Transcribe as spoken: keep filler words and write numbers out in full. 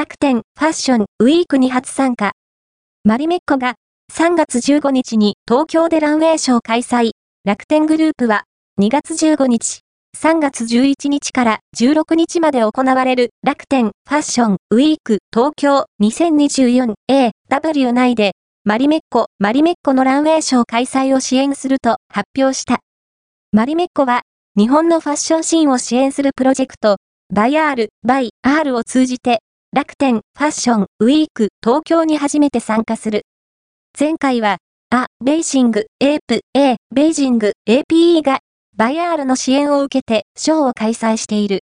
楽天ファッションウィークに初参加。マリメッコがさんがつじゅうごにちに東京でランウェイショー開催。楽天グループはにがつじゅうごにち、さんがつじゅういちにちからじゅうろくにちまで行われる楽天ファッションウィーク東京 にせんにじゅうよんエーダブリュー 内でマリメッコ、マリメッコのランウェイショー開催を支援すると発表した。マリメッコは日本のファッションシーンを支援するプロジェクトバイ R、バイ R を通じて楽天ファッションウィーク東京に初めて参加する。前回はア・ベイシング、エープ、A、ベイジング、エーピーイー がバイ R の支援を受けてショーを開催している。